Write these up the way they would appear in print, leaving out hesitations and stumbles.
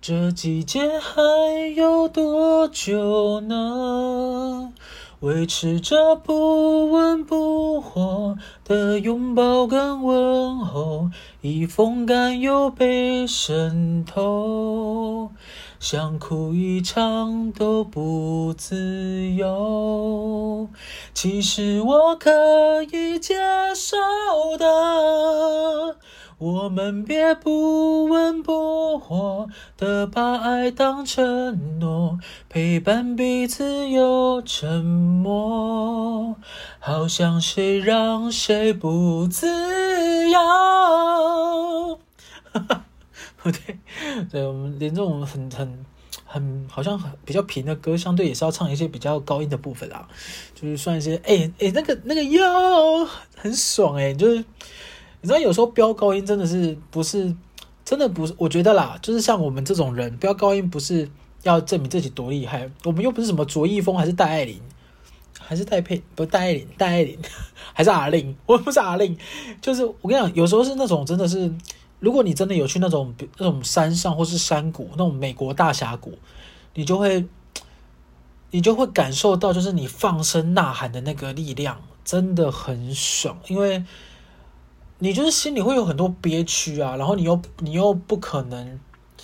这季节还有多久呢？维持着不温不火的拥抱跟问候，已风干又被渗透，想哭一场都不自由。其实我可以接受的，我们别不温不火的把爱当承诺，陪伴彼此又沉默，好像谁让谁不自由。对，我们连这种很好像比较平的歌，相对也是要唱一些比较高音的部分啦，就是算一些那个哟很爽就是你知道有时候飙高音真的不是，我觉得啦，就是像我们这种人飙高音不是要证明自己多厉害，我们又不是什么卓一峰还是戴爱玲还是戴佩，不是戴爱玲还是阿令，我不是阿令，就是我跟你讲，有时候是那种真的是，如果你真的有去那种山上或是山谷，那种美国大峡谷，你就会感受到，就是你放声呐喊的那个力量真的很爽，因为你就是心里会有很多憋屈啊，然后你又不可能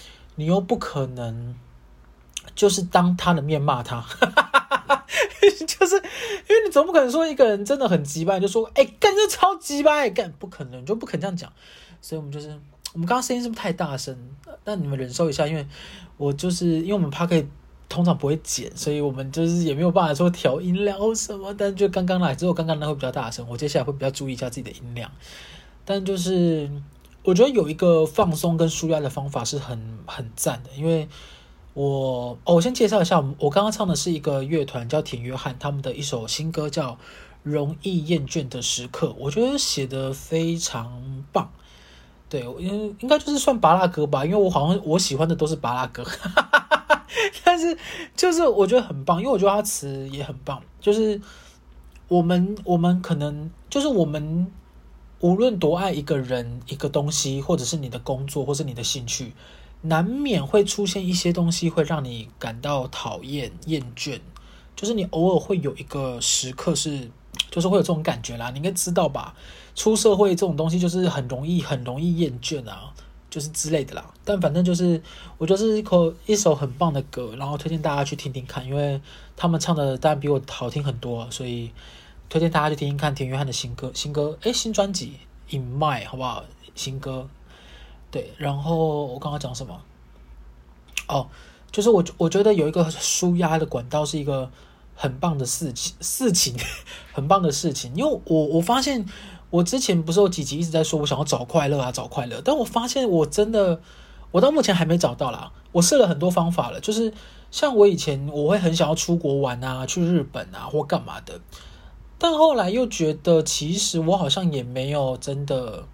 就是当他的面骂他就是因为你总不可能说一个人真的很鸡掰就说干这超鸡掰干，不可能，就不可能这样讲。所以我们刚刚声音是不是太大声？那你们忍受一下，因为因为我们 Podcast 通常不会剪，所以我们就是也没有办法说调音量或什么，但就刚刚来，只有刚刚那会比较大声，我接下来会比较注意一下自己的音量。但就是我觉得有一个放松跟抒压的方法是很赞的，因为我先介绍一下，我刚刚唱的是一个乐团叫田约翰，他们的一首新歌叫《容易厌倦的时刻》，我觉得写得非常棒。对，应该就是算芭乐歌吧，因为我喜欢的都是芭乐歌但是就是我觉得很棒，因为我觉得他词也很棒，就是我们可能就是我们无论多爱一个人一个东西，或者是你的工作或是你的兴趣，难免会出现一些东西会让你感到讨厌厌倦，就是你偶尔会有一个时刻就是会有这種感覺啦，你應該知道吧？出社會這種東西就是很容易厭倦啊，就是之類的啦。但反正就是我覺得是一首很棒的歌，然後推薦大家去聽聽看，因為他們唱的當然比我好聽很多，所以推薦大家去聽聽看田約翰的新專輯 In My 好不好？新歌。對，然後我剛剛講什麼？就是我覺得有一個抒壓的管道是一個很棒的事情很棒的事情，因为我发现我之前不是有几集一直在说我想要找快乐，但我发现我到目前还没找到啦。我试了很多方法了，就是像我以前我会很想要出国玩啊，去日本啊或干嘛的，但后来又觉得其实我好像也没有真的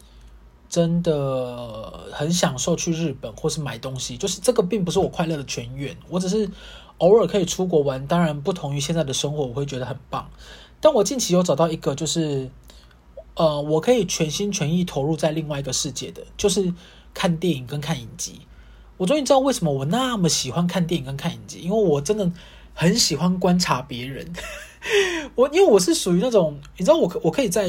很享受去日本或是买东西，就是这个并不是我快乐的泉源，我只是偶尔可以出国玩，当然不同于现在的生活我会觉得很棒。但我近期有找到一个就是我可以全心全意投入在另外一个世界的，就是看电影跟看影集。我终于知道为什么我那么喜欢看电影跟看影集，因为我真的很喜欢观察别人因为我是属于那种你知道我可以在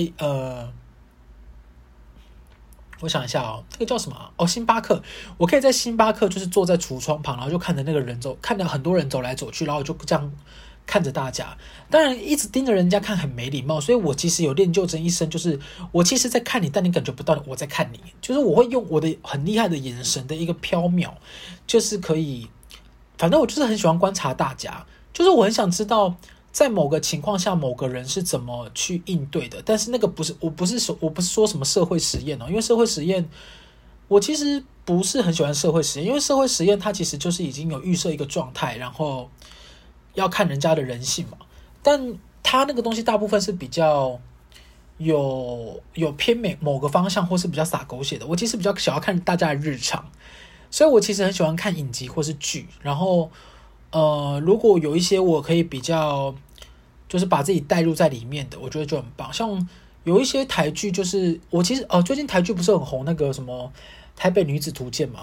我想一下这个叫什么星巴克，我可以在星巴克就是坐在橱窗旁，然后就看着那个人看着很多人走来走去，然后我就这样看着大家，当然一直盯着人家看很没礼貌，所以我其实有练就成一身，就是我其实在看你，但你感觉不到我在看你，就是我会用我的很厉害的眼神的一个飘渺，就是可以，反正我就是很喜欢观察大家，就是我很想知道在某个情况下某个人是怎么去应对的，但是那个我不是说什么社会实验因为社会实验我其实不是很喜欢社会实验，因为社会实验它其实就是已经有预设一个状态，然后要看人家的人性嘛，但它那个东西大部分是比较有偏某个方向，或是比较洒狗血的。我其实比较想要看大家的日常，所以我其实很喜欢看影集或是剧，然后如果有一些我可以比较就是把自己带入在里面的，我觉得就很棒。像有一些台剧，就是我其实最近台剧不是很红，那个什么台北女子图鉴嘛，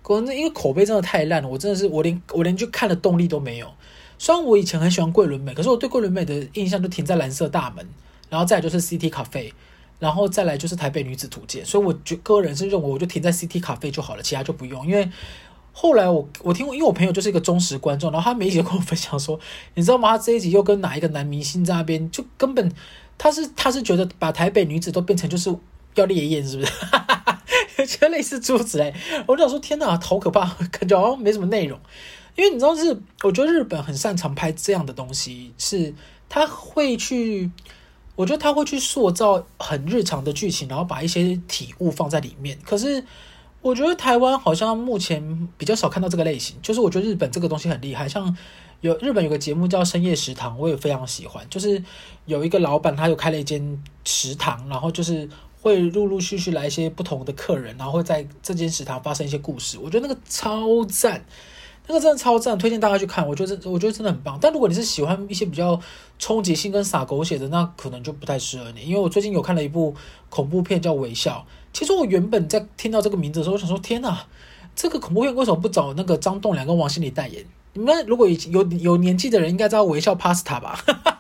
可能因为口碑真的太烂了，我真的是我连去看的动力都没有。虽然我以前很喜欢桂纶镁，可是我对桂纶镁的印象就停在蓝色大门，然后再来就是 City Cafe， 然后再来就是台北女子图鉴，所以我个人是认为我就停在 City Cafe 就好了，其他就不用。因为后来我听过，因为我朋友就是一个忠实观众，然后他每一集跟我分享说，你知道吗？他这一集又跟哪一个男明星在那边，就根本他是觉得把台北女子都变成就是要烈焰，是不是？就类似诸此类，我就想说天哪，好可怕，感觉好像没什么内容。因为你知道我觉得日本很擅长拍这样的东西，是他会去，我觉得他会去塑造很日常的剧情，然后把一些体悟放在里面。可是我觉得台湾好像目前比较少看到这个类型，就是我觉得日本这个东西很厉害，像日本有个节目叫深夜食堂，我也非常喜欢，就是有一个老板他有开了一间食堂，然后就是会陆陆续续来一些不同的客人，然后会在这间食堂发生一些故事，我觉得那个超赞。那个真的超赞，推荐大家去看。我觉得真的很棒。但如果你是喜欢一些比较冲击性跟洒狗血的，那可能就不太适合你。因为我最近有看了一部恐怖片叫《微笑》。其实我原本在听到这个名字的时候，我想说天哪，这个恐怖片为什么不找那个张栋梁跟王心凌代言？你们如果有年纪的人应该知道《微笑 Pasta》吧？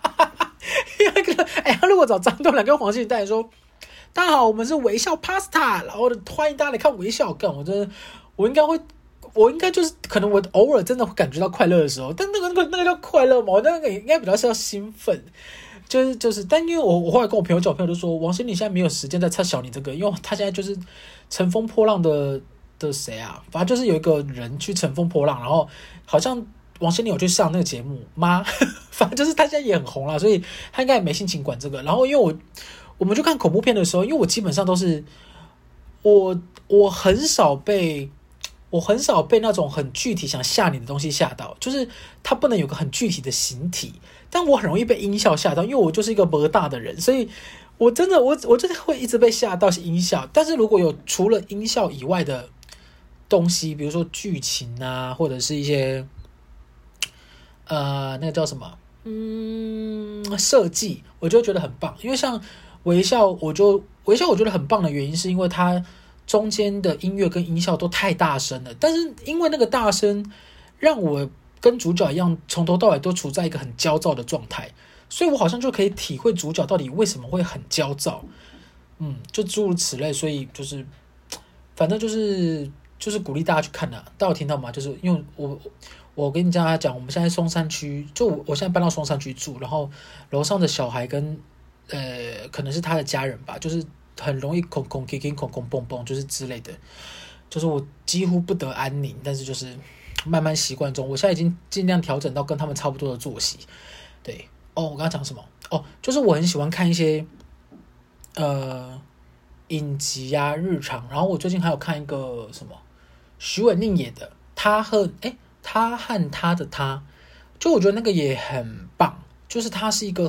他如果找张栋梁跟王心凌代言说，大家好，我们是微笑 Pasta， 然后欢迎大家来看微笑。干，我应该就是可能我偶尔真的会感觉到快乐的时候，但那个叫快乐嘛，我那个应该比较是要兴奋，就是，但因为我后来跟我朋友讲，朋友就说王心凌现在没有时间在插小你这个，因为他现在就是乘风破浪的谁啊，反正就是有一个人去乘风破浪，然后好像王心凌有去上那个节目吗？反正就是他现在也很红啦，所以他应该也没心情管这个。然后因为我们去看恐怖片的时候，因为我基本上都是我很少被那种很具体想吓你的东西吓到，就是它不能有个很具体的形体，但我很容易被音效吓到，因为我就是一个魔大的人，所以我真的会一直被吓到是音效。但是如果有除了音效以外的东西，比如说剧情啊，或者是一些那个叫什么设计，我就觉得很棒。因为像微笑，我觉得很棒的原因是因为它中间的音乐跟音效都太大声了，但是因为那个大声让我跟主角一样从头到尾都处在一个很焦躁的状态，所以我好像就可以体会主角到底为什么会很焦躁，就诸如此类。所以就是反正就是鼓励大家去看啊，大家有听到吗？就是因为我跟大家讲，我们现在松山区，就我现在搬到松山区住，然后楼上的小孩跟可能是他的家人吧，就是很容易恐蹦蹦，就是之类的，就是我几乎不得安宁，但是就是慢慢习惯中，我现在已经尽量调整到跟他们差不多的作息。对，我刚刚讲什么？就是我很喜欢看一些影集啊、日常，然后我最近还有看一个什么徐伟宁演的，他和他的他，就我觉得那个也很棒，就是他是一个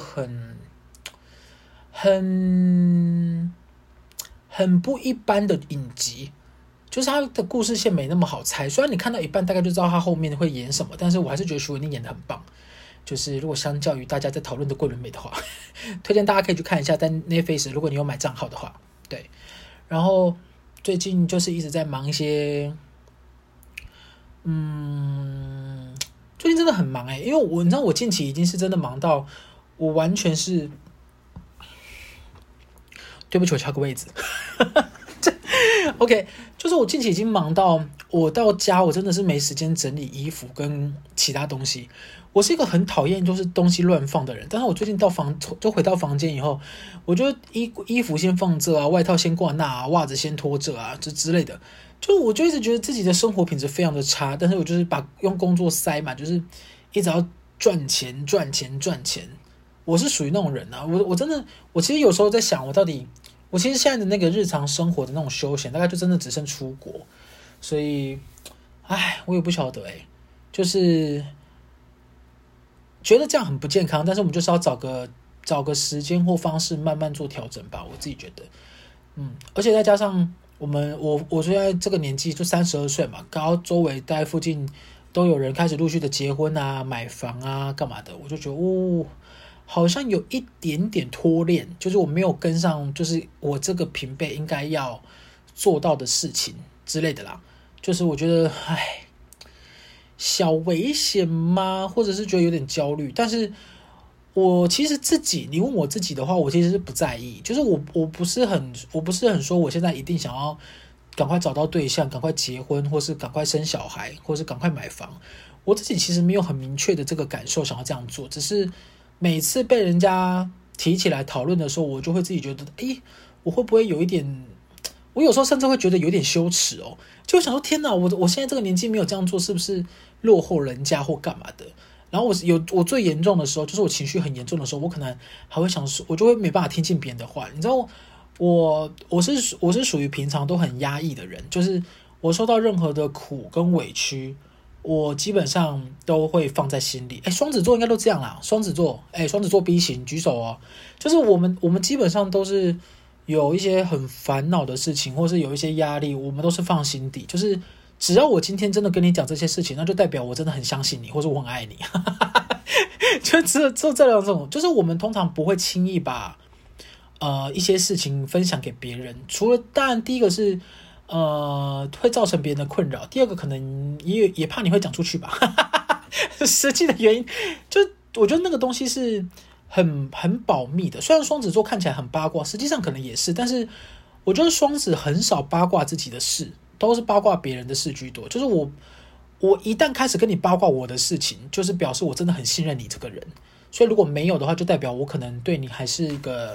很不一般的影集，就是他的故事线没那么好猜，虽然你看到一半大概就知道他后面会演什么，但是我还是觉得徐伟宁演得很棒。就是如果相较于大家在讨论的桂纶镁的话，推荐大家可以去看一下，在 Netflix 如果你有买账号的话，对。然后最近就是一直在忙一些，最近真的很忙因为你知道我近期已经是真的忙到我完全是，对不起，我敲个位置。OK， 就是我近期已经忙到我到家我真的是没时间整理衣服跟其他东西。我是一个很讨厌就是东西乱放的人，但是我最近回到房间以后，我就衣服先放这啊，外套先挂那啊，袜子先脱这啊，之类的。就我就一直觉得自己的生活品质非常的差，但是我就是用工作塞嘛，就是一直要赚钱。我是属于那种人啊，我真的，我其实有时候在想，我其实现在的那个日常生活的那种休闲，大概就真的只剩出国，所以，我也不晓得就是觉得这样很不健康，但是我们就是要找个时间或方式慢慢做调整吧，我自己觉得，而且再加上我现在这个年纪就32岁嘛，刚好周围大概附近都有人开始陆续的结婚啊、买房啊、干嘛的，我就觉得好像有一点点拖累，就是我没有跟上，就是我这个平辈应该要做到的事情之类的啦。 就是我觉得小危险吗？或者是觉得有点焦虑，但是我其实你问我自己的话，我其实是不在意，就是我不是很说我现在一定想要赶快找到对象，赶快结婚，或是赶快生小孩，或是赶快买房。我自己其实没有很明确的这个感受想要这样做，只是每次被人家提起来讨论的时候，我就会自己觉得，我会不会有一点，我有时候甚至会觉得有点羞耻哦，就想说天哪，我现在这个年纪没有这样做，是不是落后人家或干嘛的？然后我最严重的时候，就是我情绪很严重的时候，我可能还会想说，我就会没办法听进别人的话。你知道，我是属于平常都很压抑的人，就是我受到任何的苦跟委屈，我基本上都会放在心里。双子座应该都这样啦，双子座 B 型举手哦，就是我们基本上都是有一些很烦恼的事情，或是有一些压力，我们都是放心底，就是只要我今天真的跟你讲这些事情，那就代表我真的很相信你，或者我很爱你。就只有这两种，就是我们通常不会轻易把一些事情分享给别人。除了当然第一个是会造成别人的困扰，第二个可能也怕你会讲出去吧。实际的原因就我觉得那个东西是很保密的。虽然双子座看起来很八卦，实际上可能也是，但是我觉得双子很少八卦自己的事，都是八卦别人的事居多。就是我一旦开始跟你八卦我的事情，就是表示我真的很信任你这个人。所以如果没有的话，就代表我可能对你还是一个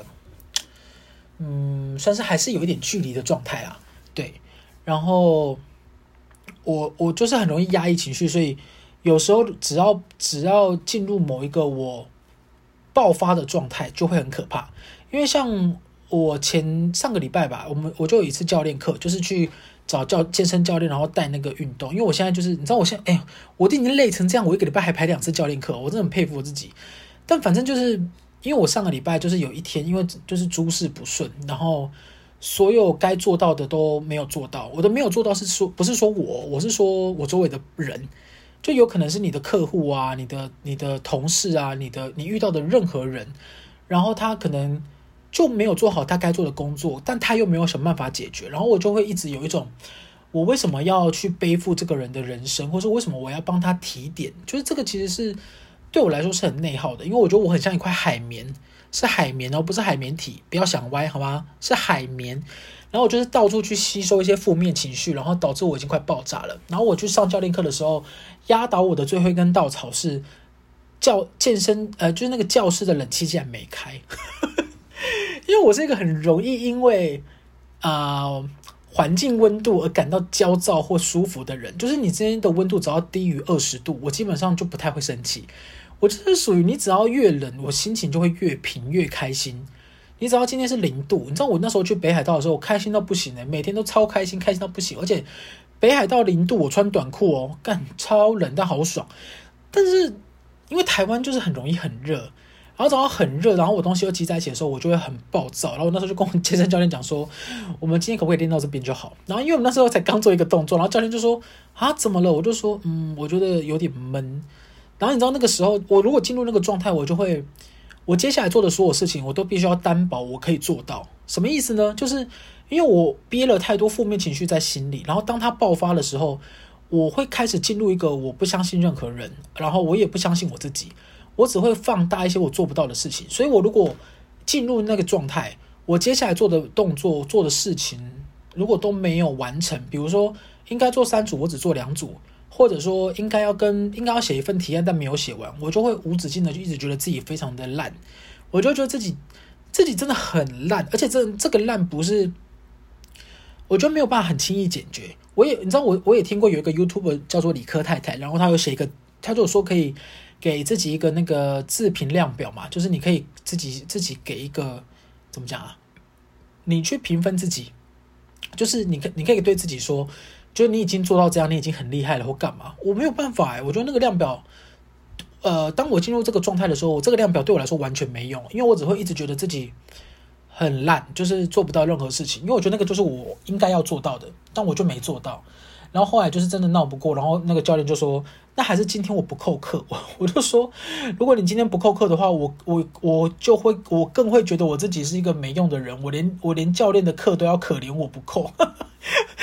算是还是有一点距离的状态啦。对，然后我就是很容易压抑情绪，所以有时候只要进入某一个我爆发的状态，就会很可怕。因为像我上个礼拜吧，我就有一次教练课，就是去找健身教练，然后带那个运动。因为我现在就是你知道，我现在我已经累成这样，我一个礼拜还排2次教练课，我真的很佩服我自己。但反正就是因为我上个礼拜就是有一天，因为就是诸事不顺，然后所有该做到的都没有做到。我的没有做到是说不是说我是说我周围的人，就有可能是你的客户啊，你的同事啊，你遇到的任何人，然后他可能就没有做好他该做的工作，但他又没有想办法解决，然后我就会一直有一种，我为什么要去背负这个人的人生，或是为什么我要帮他提点，就是这个其实是对我来说是很内耗的。因为我觉得我很像一块海绵，是海绵哦，不是海绵体，不要想歪好吗？是海绵。然后我就是到处去吸收一些负面情绪，然后导致我已经快爆炸了。然后我去上教练课的时候，压倒我的最后一根稻草是健身就是那个教室的冷气竟然没开。因为我是一个很容易因为环境温度而感到焦躁或舒服的人，就是你今天的温度只要低于20度，我基本上就不太会生气。我就是属于你只要越冷，我心情就会越平越开心。你只要今天是0度，你知道我那时候去北海道的时候，我开心到不行每天都超开心，开心到不行。而且北海道0度，我穿短裤哦，干超冷但好爽。但是因为台湾就是很容易很热，然后只要很热，然后我东西又积在一起的时候，我就会很暴躁。然后我那时候就跟我健身教练讲说，我们今天可不可以练到这边就好？然后因为我们那时候才刚做一个动作，然后教练就说怎么了？我就说我觉得有点闷。然后你知道那个时候，我如果进入那个状态，我接下来做的所有事情，我都必须要担保我可以做到。什么意思呢？就是因为我憋了太多负面情绪在心里，然后当它爆发的时候，我会开始进入一个我不相信任何人，然后我也不相信我自己，我只会放大一些我做不到的事情。所以我如果进入那个状态，我接下来做的动作、做的事情，如果都没有完成，比如说应该做3组，我只做2组。或者说应该要写一份提案但没有写完，我就会无止境的就一直觉得自己非常的烂，我就觉得自己真的很烂，而且这个烂不是，我觉得没有办法很轻易解决。你知道我也听过有一个 YouTuber 叫做理科太太，然后他有写一个，他就说可以给自己一个那个自评量表嘛，就是你可以自己给一个怎么讲啊，你去评分自己，就是你可以对自己说。就是你已经做到这样，你已经很厉害了，或干嘛？我没有办法我觉得那个量表，当我进入这个状态的时候，这个量表对我来说完全没用，因为我只会一直觉得自己很烂，就是做不到任何事情。因为我觉得那个就是我应该要做到的，但我就没做到。然后后来就是真的闹不过，然后那个教练就说：“那还是今天我不扣课。”我就说：“如果你今天不扣课的话，我更会觉得我自己是一个没用的人。我连教练的课都要可怜我不扣。”然后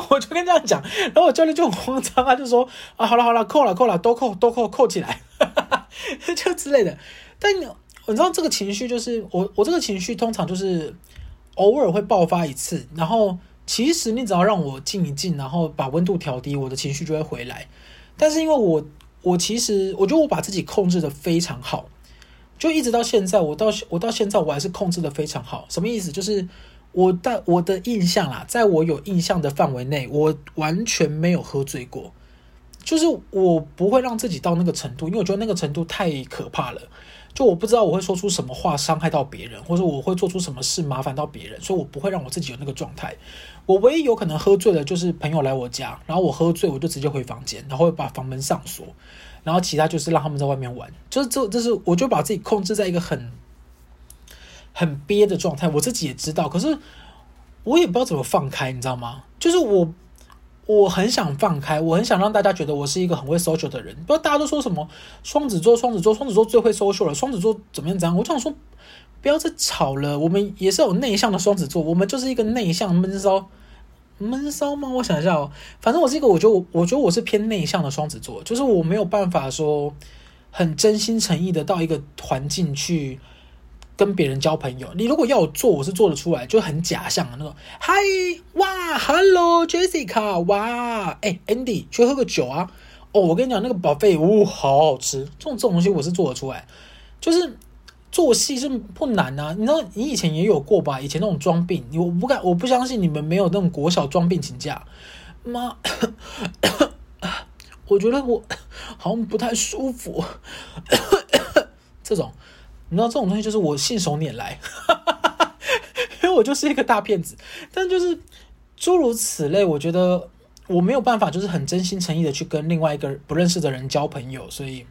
我就跟这样讲，然后我教练就很慌张，他就说啊，好了，扣了，都扣起来，就之类的。但你知道这个情绪就是我这个情绪通常就是偶尔会爆发一次，然后其实你只要让我静一静，然后把温度调低，我的情绪就会回来。但是因为我其实我觉得我把自己控制的非常好，就一直到现在，我到现在我还是控制的非常好。什么意思？就是我的印象啦，在我有印象的范围内，我完全没有喝醉过。就是我不会让自己到那个程度，因为我觉得那个程度太可怕了。就我不知道我会说出什么话伤害到别人，或者我会做出什么事麻烦到别人，所以我不会让我自己有那个状态。我唯一有可能喝醉的就是朋友来我家，然后我喝醉我就直接回房间，然后会把房门上锁，然后其他就是让他们在外面玩。就是这是我就把自己控制在一个很憋的状态，我自己也知道，可是我也不知道怎么放开，你知道吗？就是我很想放开，我很想让大家觉得我是一个很会 social 的人。不知道大家都说什么双子座最会 social 了，双子座怎么样？我就想说，不要再吵了。我们也是有内向的双子座，我们就是一个内向闷骚吗？我想一下哦，反正我是一个，我觉得我是偏内向的双子座，就是我没有办法说很真心诚意的到一个环境去跟别人交朋友。你如果要我做，我是做得出来，就很假象的那种。嗨，哇 ，Hello Jessica， 哇，Andy， 去喝个酒啊！哦，我跟你讲，那个 buffet，好好吃。这种东西我是做得出来，就是做戏是不难啊。你知道，你以前也有过吧？以前那种装病，我不相信你们没有那种国小装病请假。妈，我觉得我好像不太舒服。这种。你知道这种东西就是我信手拈来，因为我就是一个大骗子。但就是诸如此类，我觉得我没有办法，就是很真心诚意的去跟另外一个不认识的人交朋友，所以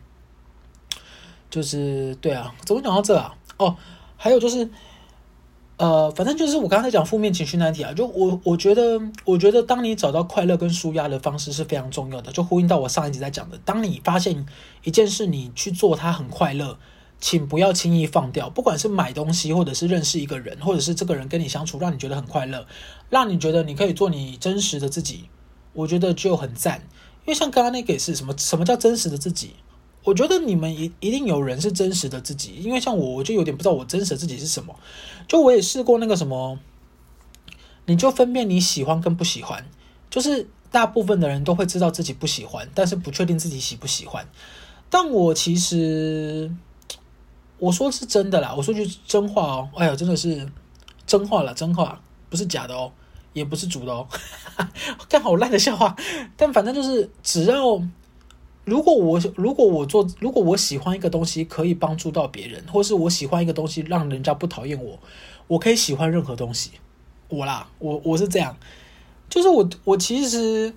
就是对啊，怎么讲到这啊？哦，还有就是反正就是我刚才讲负面情绪那题啊，就我觉得当你找到快乐跟抒压的方式是非常重要的，就呼应到我上一集在讲的，当你发现一件事你去做它很快乐，请不要轻易放掉，不管是买东西，或者是认识一个人，或者是这个人跟你相处让你觉得很快乐，让你觉得你可以做你真实的自己，我觉得就很赞。因为像刚刚那个也是什么叫真实的自己，我觉得你们一定有人是真实的自己，因为像我就有点不知道我真实的自己是什么。就我也试过那个什么，你就分辨你喜欢跟不喜欢，就是大部分的人都会知道自己不喜欢，但是不确定自己喜不喜欢。但我其实我说是真的啦，我说句真话哦，哎呀，真的是真话啦，真话，不是假的哦，也不是煮的哦，干好烂的笑话。但反正就是只要如果我喜欢一个东西可以帮助到别人，或是我喜欢一个东西让人家不讨厌我可以喜欢任何东西。我是这样，就是我其实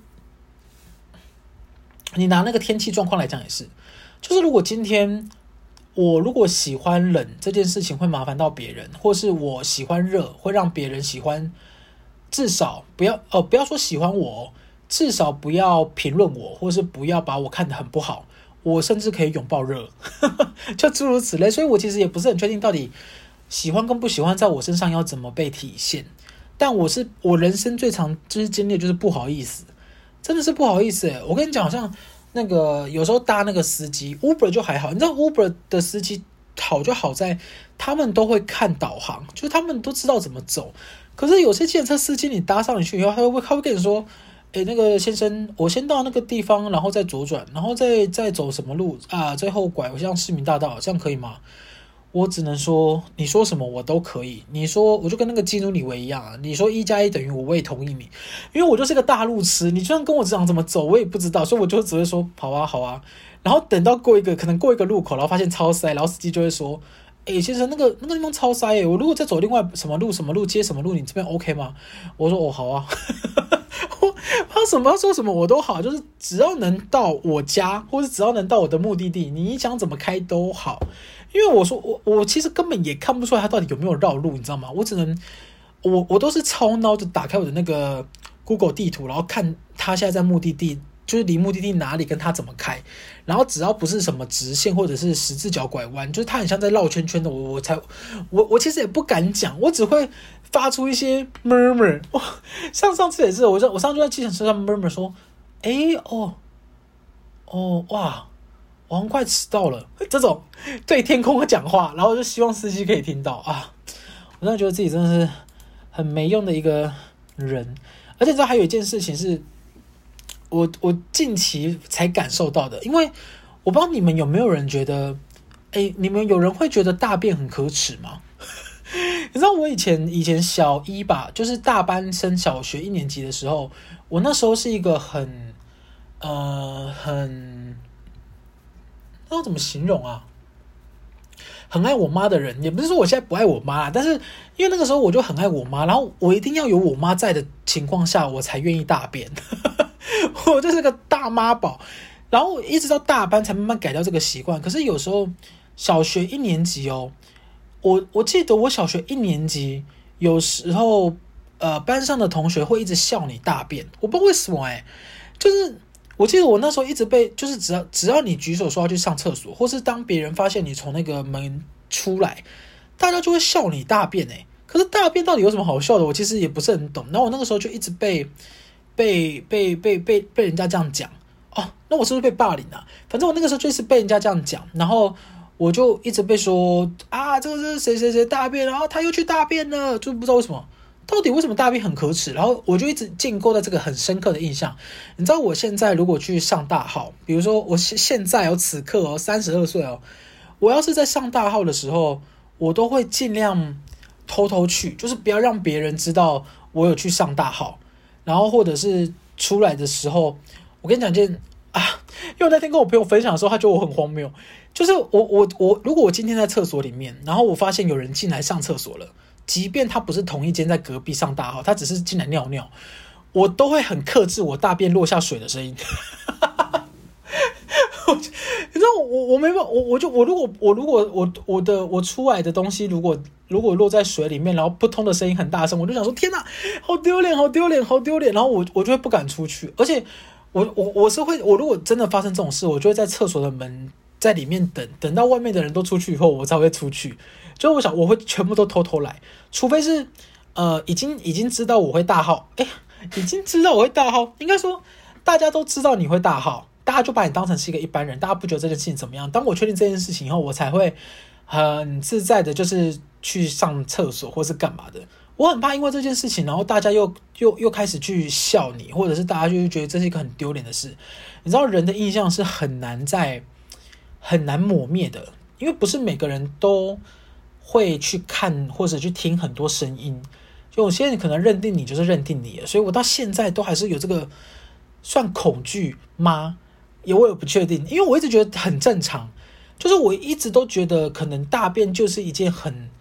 你拿那个天气状况来讲也是，就是如果今天我如果喜欢冷这件事情会麻烦到别人，或是我喜欢热会让别人喜欢，至少不要说喜欢我，至少不要评论我，或是不要把我看得很不好。我甚至可以拥抱热，就诸如此类。所以我其实也不是很确定到底喜欢跟不喜欢在我身上要怎么被体现。但我人生最常就是经历的就是不好意思，真的是不好意思我跟你讲，好像那个有时候搭那个司机 Uber 就还好，你知道 Uber 的司机好就好在他们都会看导航，就是他们都知道怎么走。可是有些计程车司机你搭上去以后，他会跟你说，那个先生，我先到那个地方，然后再左转，然后再走什么路啊，最后拐向市民大道，这样可以吗？我只能说，你说什么我都可以。你说我就跟那个基努里维一样啊，你说1+1等于5，我也同意你，因为我就是个大路痴，你就算跟我讲怎么走，我也不知道，所以我就只会说好啊好啊。然后等到可能过一个路口，然后发现超塞，然后司机就会说，先生，那个地方超塞我如果再走另外什么路接什么路，你这边 OK 吗？我说好啊。他说什么我都好，就是只要能到我家，或是只要能到我的目的地，你想怎么开都好。因为我说我其实根本也看不出来他到底有没有绕路，你知道吗？我只能我都是超孬，就打开我的那个 Google 地图，然后看他现在在目的地， 就是离目的地哪里跟它怎么开，然后只要不是什么直线或者是十字角拐弯，就是它很像在绕圈圈的，我其实也不敢讲，我只会发出一些 murmur。上次也是，我上次在计程车上 murmur 说，哇，我好像快迟到了，这种对天空的讲话，然后我就希望司机可以听到啊。我真的觉得自己真的是很没用的一个人，而且你知道还有一件事情是我近期才感受到的，因为我不知道你们有没有人觉得，你们有人会觉得大便很可耻吗？你知道我以前小一吧，就是大班升小学1年级的时候，我那时候是一个很那怎么形容啊？很爱我妈的人，也不是说我现在不爱我妈啦，但是因为那个时候我就很爱我妈，然后我一定要有我妈在的情况下，我才愿意大便。我就是个大妈宝，然后一直到大班才慢慢改掉这个习惯。可是有时候小学1年级哦，我记得我小学1年级有时候班上的同学会一直笑你大便，我不知道为什么就是我记得我那时候一直被，就是只要你举手说要去上厕所，或是当别人发现你从那个门出来，大家就会笑你大便可是大便到底有什么好笑的？我其实也不是很懂。然后我那个时候就一直被人家这样讲那我是不是被霸凌啊？反正我那个时候就是被人家这样讲，然后我就一直被说这个是谁谁谁大便，然后他又去大便了，就不知道为什么。到底为什么大便很可耻？然后我就一直建构在这个很深刻的印象。你知道我现在如果去上大号，比如说我现在此刻32岁我要是在上大号的时候，我都会尽量偷去，就是不要让别人知道我有去上大号。然后或者是出来的时候，我跟你讲一件因为我那天跟我朋友分享的时候，他觉得我很荒谬。就是我如果我今天在厕所里面，然后我发现有人进来上厕所了，即便他不是同一间在隔壁上大号，他只是进来尿尿，我都会很克制我大便落下水的声音。你知道我没办法，我出来的东西如果落在水里面，然后扑通的声音很大声，我就想说天哪，好丢脸，好丢脸，好丢脸，然后我就会不敢出去，而且我如果真的发生这种事，我就会在厕所的门在里面等到外面的人都出去以后，我才会出去。就我想我会全部都偷来，除非是已经知道我会大号，已经知道我会大号，应该说大家都知道你会大号，大家就把你当成是一个一般人，大家不觉得这件事情怎么样。当我确定这件事情以后，我才会很自在的，就是去上厕所或是干嘛的。我很怕因为这件事情，然后大家又开始去笑你，或者是大家就觉得这是一个很丢脸的事。你知道人的印象是很难磨灭的，因为不是每个人都会去看或者去听很多声音，就有些人可能认定你就是认定你了，所以我到现在都还是有这个算恐惧吗？我也不确定，因为我一直觉得很正常，就是我一直都觉得可能大便就是一件很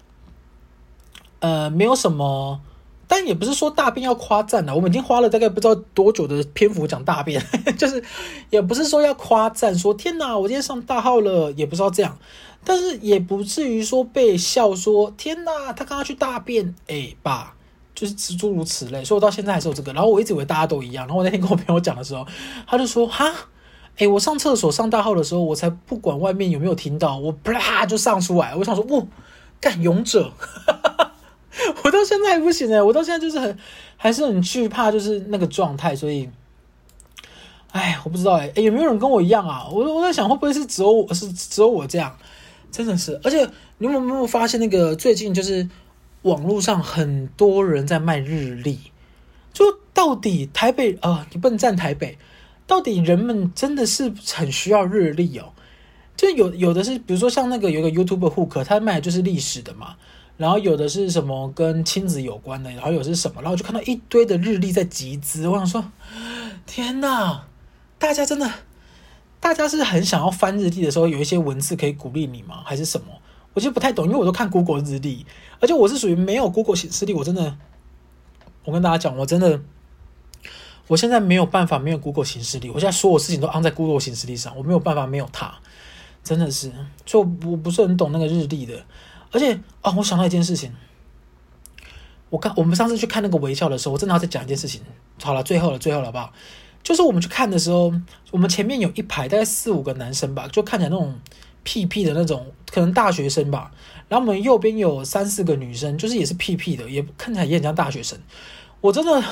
没有什么，但也不是说大便要夸赞我们已经花了大概不知道多久的篇幅讲大便，就是也不是说要夸赞说天哪我今天上大号了，也不是要这样，但是也不至于说被笑说天哪他刚刚去大便爸，就是诸如此类。所以我到现在还是有这个，然后我一直以为大家都一样，然后我那天跟我朋友讲的时候，他就说我上厕所上大号的时候，我才不管外面有没有听到，我啪就上出来。我想说干勇者。我到现在还不行我到现在就是还是很惧怕，就是那个状态，所以我不知道有没有人跟我一样啊？我在想会不会是只有我这样，真的是。而且你有没有发现那个最近就是网络上很多人在卖日历，就到底台北你不能站台北，到底人们真的是很需要日历就有的是比如说像那个有一个 YouTuber Hook， 他卖的就是历史的嘛，然后有的是什么跟亲子有关的，然后有的是什么，然后我就看到一堆的日历在集资，我想说天哪，大家是很想要翻日历的时候有一些文字可以鼓励你吗？还是什么？我就不太懂，因为我都看 Google 日历，而且我是属于没有 Google 显示历，我跟大家讲，我现在没有办法没有 Google 显示历，我现在所有事情都安在 Google 显示历上，我没有办法没有它，真的是，所以我不是很懂那个日历的。而且我想到一件事情，我们上次去看那个微笑的时候，我真的要再讲一件事情。好了，最后了好不好？ 就是我们去看的时候，我们前面有一排大概4-5个男生吧，就看起来那种屁屁的那种，可能大学生吧。然后我们右边有3-4个女生，就是也是屁屁的，也看起来也很像大学生。我真的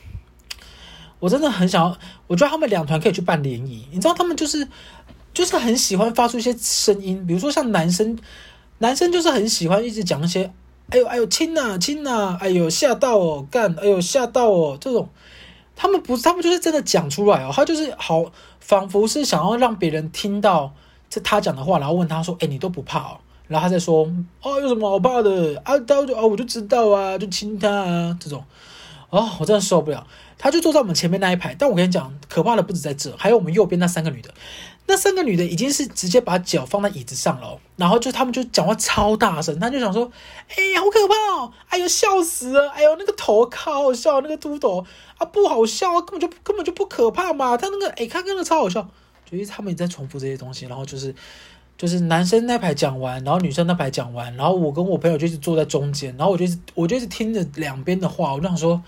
很想要，我觉得他们两团可以去办联谊。你知道他们就是很喜欢发出一些声音，比如说像男生就是很喜欢一直讲一些哎呦亲啊，哎呦吓到哦，干，哎呦吓到哦，这种他们就是真的讲出来哦，他就是好仿佛是想要让别人听到这他讲的话，然后问他说，你都不怕哦？然后他再说，有什么好怕的啊？我就知道啊，就亲他啊，这种。我真的受不了。他就坐在我们前面那一排，但我跟你讲，可怕的不止在这，还有我们右边那3个女的。那3个女的已经是直接把脚放在椅子上了，然后他们就讲话超大声，他就想说，好可怕哦，哎呦笑死了，哎呦那个头好好笑，那个秃头啊不好笑啊，根本就不可怕嘛，他那个看那个超好笑，就是他们也在重复这些东西，然后就是男生那排讲完，然后女生那排讲完，然后我跟我朋友就一直坐在中间，然后我就一直听着两边的话，我就想说，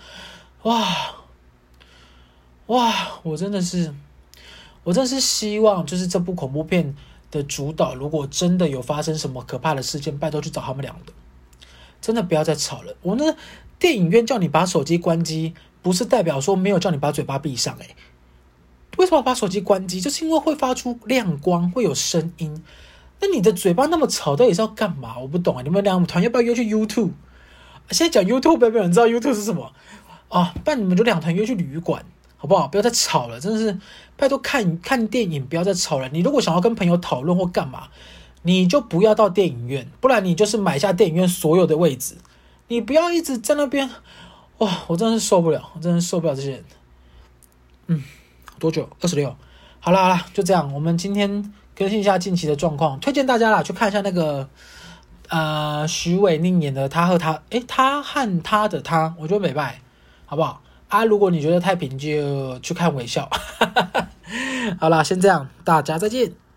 哇，我真的是希望，就是这部恐怖片的主导，如果真的有发生什么可怕的事件，拜托去找他们两个，真的不要再吵了。我那电影院叫你把手机关机，不是代表说没有叫你把嘴巴闭上，为什么要把手机关机？就是因为会发出亮光，会有声音。那你的嘴巴那么吵，到底是要干嘛？我不懂啊！你们两团要不要约去 YouTube？ 现在讲 YouTube， 没有人知道 YouTube 是什么啊？不然你们就两团约去旅馆，好不好？不要再吵了，真的是拜托看电影，不要再吵了。你如果想要跟朋友讨论或干嘛，你就不要到电影院，不然你就是买下电影院所有的位置，你不要一直在那边。哇，我真的是受不了，我真的是受不了这些人。多久？26。好啦，就这样。我们今天更新一下近期的状况，推荐大家啦去看一下那个徐伟宁演的他和他的他，我觉得美败，好不好啊？如果你觉得太平，就去看微笑。好啦，先这样，大家再见。